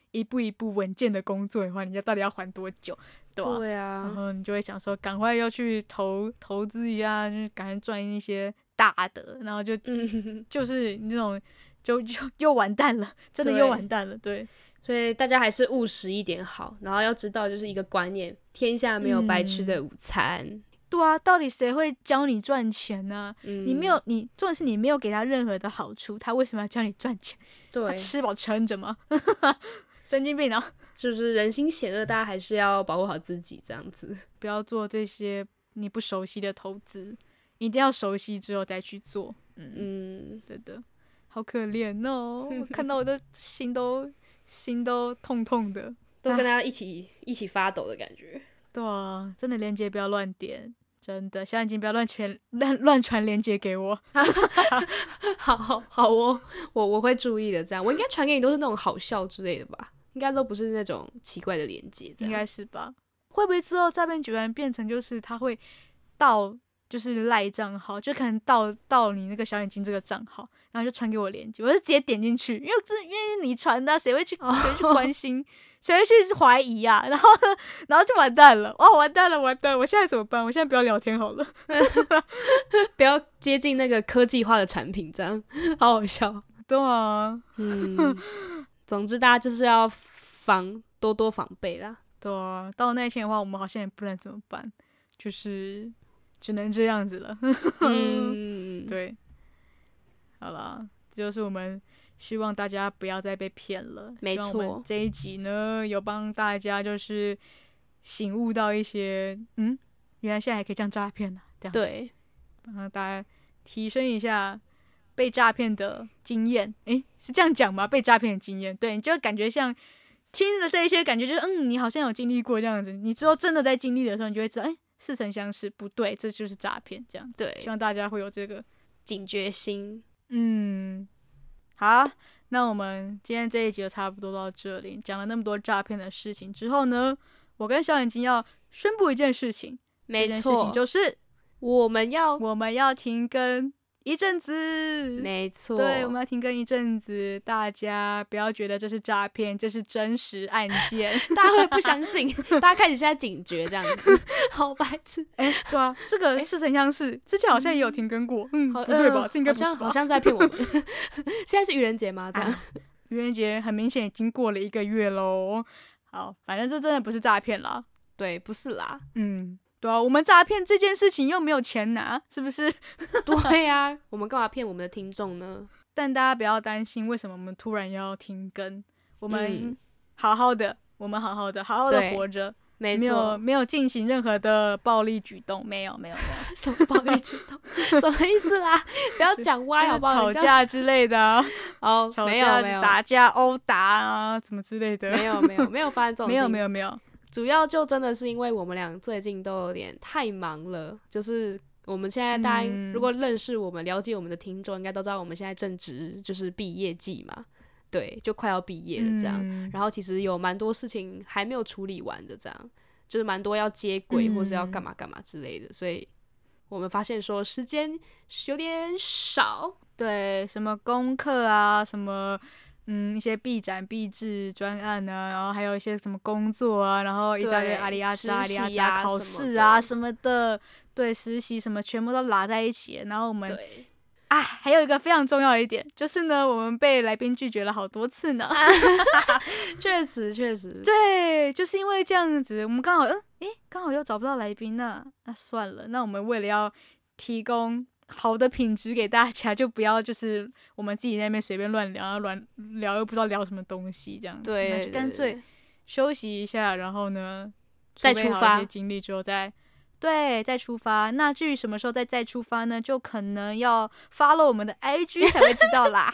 一步一步稳健的工作的话，你到底要还多久，对吧？ 对啊， 然后你就会想说，赶快要去投资一下，就是赶快赚一些大的，然后就是那种就又完蛋了，真的又完蛋了，对。 所以大家还是务实一点好，然后要知道就是一个观念，天下没有白吃的午餐。 对啊，到底谁会教你赚钱呢？你没有，重点是你没有给他任何的好处，他为什么要教你赚钱？ 对， 他吃饱撑着吗？神经病啊！ 就是人心险恶，大家还是要保护好自己，这样子。 不要做这些你不熟悉的投资，一定要熟悉之后再去做。对的，好可怜哦，我看到我的心都痛痛的， 都跟他一起发抖的感觉。 对啊，真的连结不要乱点，真的，小眼睛不要乱传连结给我。 好哦，我会注意的。这样，我应该传给你都是那种好笑之类的吧？应该都不是那种奇怪的连结， 应该是吧？会不会之后诈骗集团变成就是他会到就是赖账号，就可能到你那个小眼睛这个账号，然后就传给我连结，我就直接点进去，因为你传的，谁会去关心？谁会去怀疑啊？然后就完蛋了，哇，完蛋了！我现在怎么办？我现在不要聊天好了， 不要接近那个科技化的产品，这样好好笑。 对啊， 总之大家就是要多多防备啦。 对啊，到那天的话，我们好像也不能怎么办，就是只能这样子了。对，好啦，这就是我们希望大家不要再被骗了。 没错， 希望我们这一集呢，有帮大家就是醒悟到一些，原来现在还可以这样诈骗呢。这样子， 对， 帮大家提升一下被诈骗的经验。是这样讲吗？被诈骗的经验，对，你就感觉像听了这一些，感觉就是你好像有经历过这样子。你之后真的在经历的时候，你就会知道，似曾相识，不对，这就是诈骗。这样， 对， 希望大家会有这个警觉心。 好，那我们今天这一集就差不多到这里。讲了那么多诈骗的事情之后呢，我跟小眼睛要宣布一件事情。 没错， 这件事情就是我们要停更一阵子。 没错， 对，我们要停更一阵子，大家不要觉得这是诈骗，这是真实案件。 大家会不相信，大家开始现在警觉这样子，好白痴。 对啊，这个似曾相识，之前好像也有停更过。不对吧？这应该不是吧？ 好像在骗我们。现在是愚人节吗？这样， 愚人节很明显已经过了1个月咯。好，反正这真的不是诈骗啦。 对，不是啦。 对啊，我们诈骗这件事情又没有钱拿，是不是？ 对啊，我们干嘛骗我们的听众呢？ 但大家不要担心，为什么我们突然要停更？我们好好的活着， 没错， 没有进行任何的暴力举动，没有。 什么暴力举动？什么意思啦？不要讲歪好不好？ 吵架之类的啊。 没有， 打架、殴打啊，什么之类的。 没有发生这种事情。 没有。 主要就真的是因为我们俩最近都有点太忙了，就是我们现在大家如果认识我们、了解我们的听众，应该都知道我们现在正值就是毕业季嘛，对，就快要毕业了这样。然后其实有蛮多事情还没有处理完的，这样就是蛮多要接轨或是要干嘛之类的，所以我们发现说时间有点少。 对，什么功课啊，什么。一些毕展毕制专案啊，然后还有一些什么工作啊，然后一大堆阿里阿扎考试啊什么的，对，实习什么全部都拉在一起。然后我们还有一个非常重要的一点，就是呢，我们被来宾拒绝了好多次呢。 确实， 对，就是因为这样子，我们刚好又找不到来宾那算了，那我们为了要提供好的品质给大家，就不要就是我们自己在那边随便乱聊，又不知道聊什么东西这样子。 对， 那就干脆休息一下，然后呢再出发， 一些经历之后再出发。那至于什么时候再出发呢？就可能要 follow 我们的 IG 才会知道啦。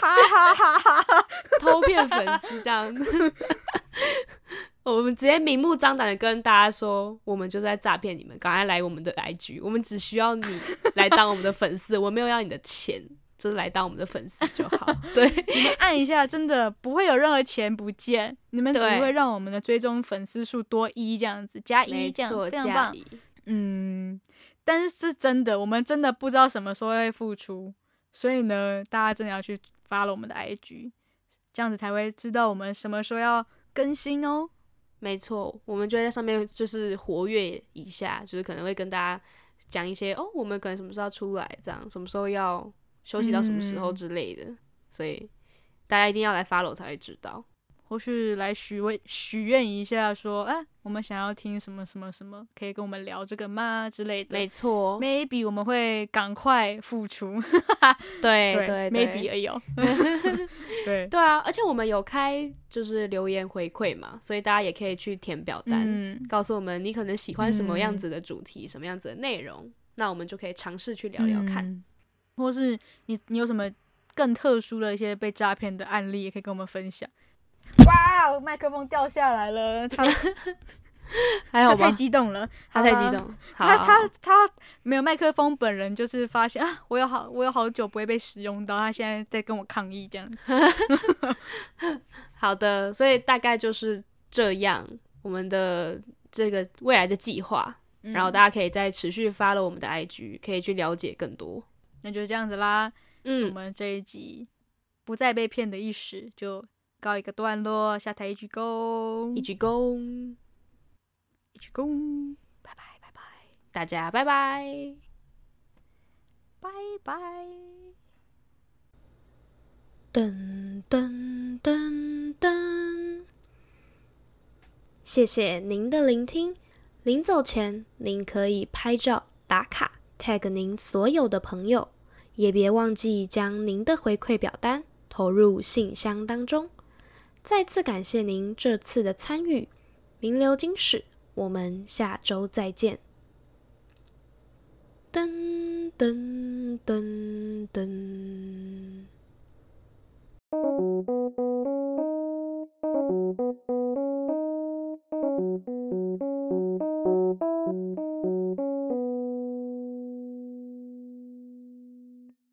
偷骗粉丝这样。我们直接明目张胆的跟大家说，我们就是在诈骗你们，赶快来我们的 IG， 我们只需要你来当我们的粉丝，我没有要你的钱，就是来当我们的粉丝就好。对， 你们按一下，真的不会有任何钱不见，你们只会让我们的追踪粉丝数多1这样子，加1这样，非常棒。但是真的，我们真的不知道什么时候会复出，所以呢，大家真的要去 follow 我们的 IG。 这样子才会知道我们什么时候要更新哦。 没错，我们就会在上面就是活跃一下，就是可能会跟大家讲一些我们可能什么时候要出来，这样什么时候要休息到什么时候之类的，所以大家一定要来 follow 才会知道。 或是来许愿一下说，我们想要听什么什么什么，可以跟我们聊这个吗之类的。 没错 ，maybe 我们会赶快付出。 对 ，maybe 而已哦。对对啊，而且我们有开就是留言回馈嘛，所以大家也可以去填表单，告诉我们你可能喜欢什么样子的主题，什么样子的内容，那我们就可以尝试去聊聊看。 或是你有什么更特殊的一些被诈骗的案例，也可以跟我们分享。哇，麦克风掉下来了， 还好吧？ 他太激动了， 他太激动， 他没有麦克风，本人就是发现我有好久不会被使用到，他现在在跟我抗议这样子。 好的，所以大概就是这样，我们的这个未来的计划，然后大家可以再持续 follow 我们的 IG， 可以去了解更多。 那就这样子啦，我们这一集不再被骗的意识就告一个段落，下台一鞠躬， 一鞠躬， 拜拜拜拜， 大家拜拜， 拜拜。 噔噔噔噔，谢谢您的聆听。临走前，您可以拍照打卡 ，tag 您所有的朋友，也别忘记将您的回馈表单投入信箱当中。再次感谢您这次的参与，名流金史，我们下周再见。噔噔噔噔。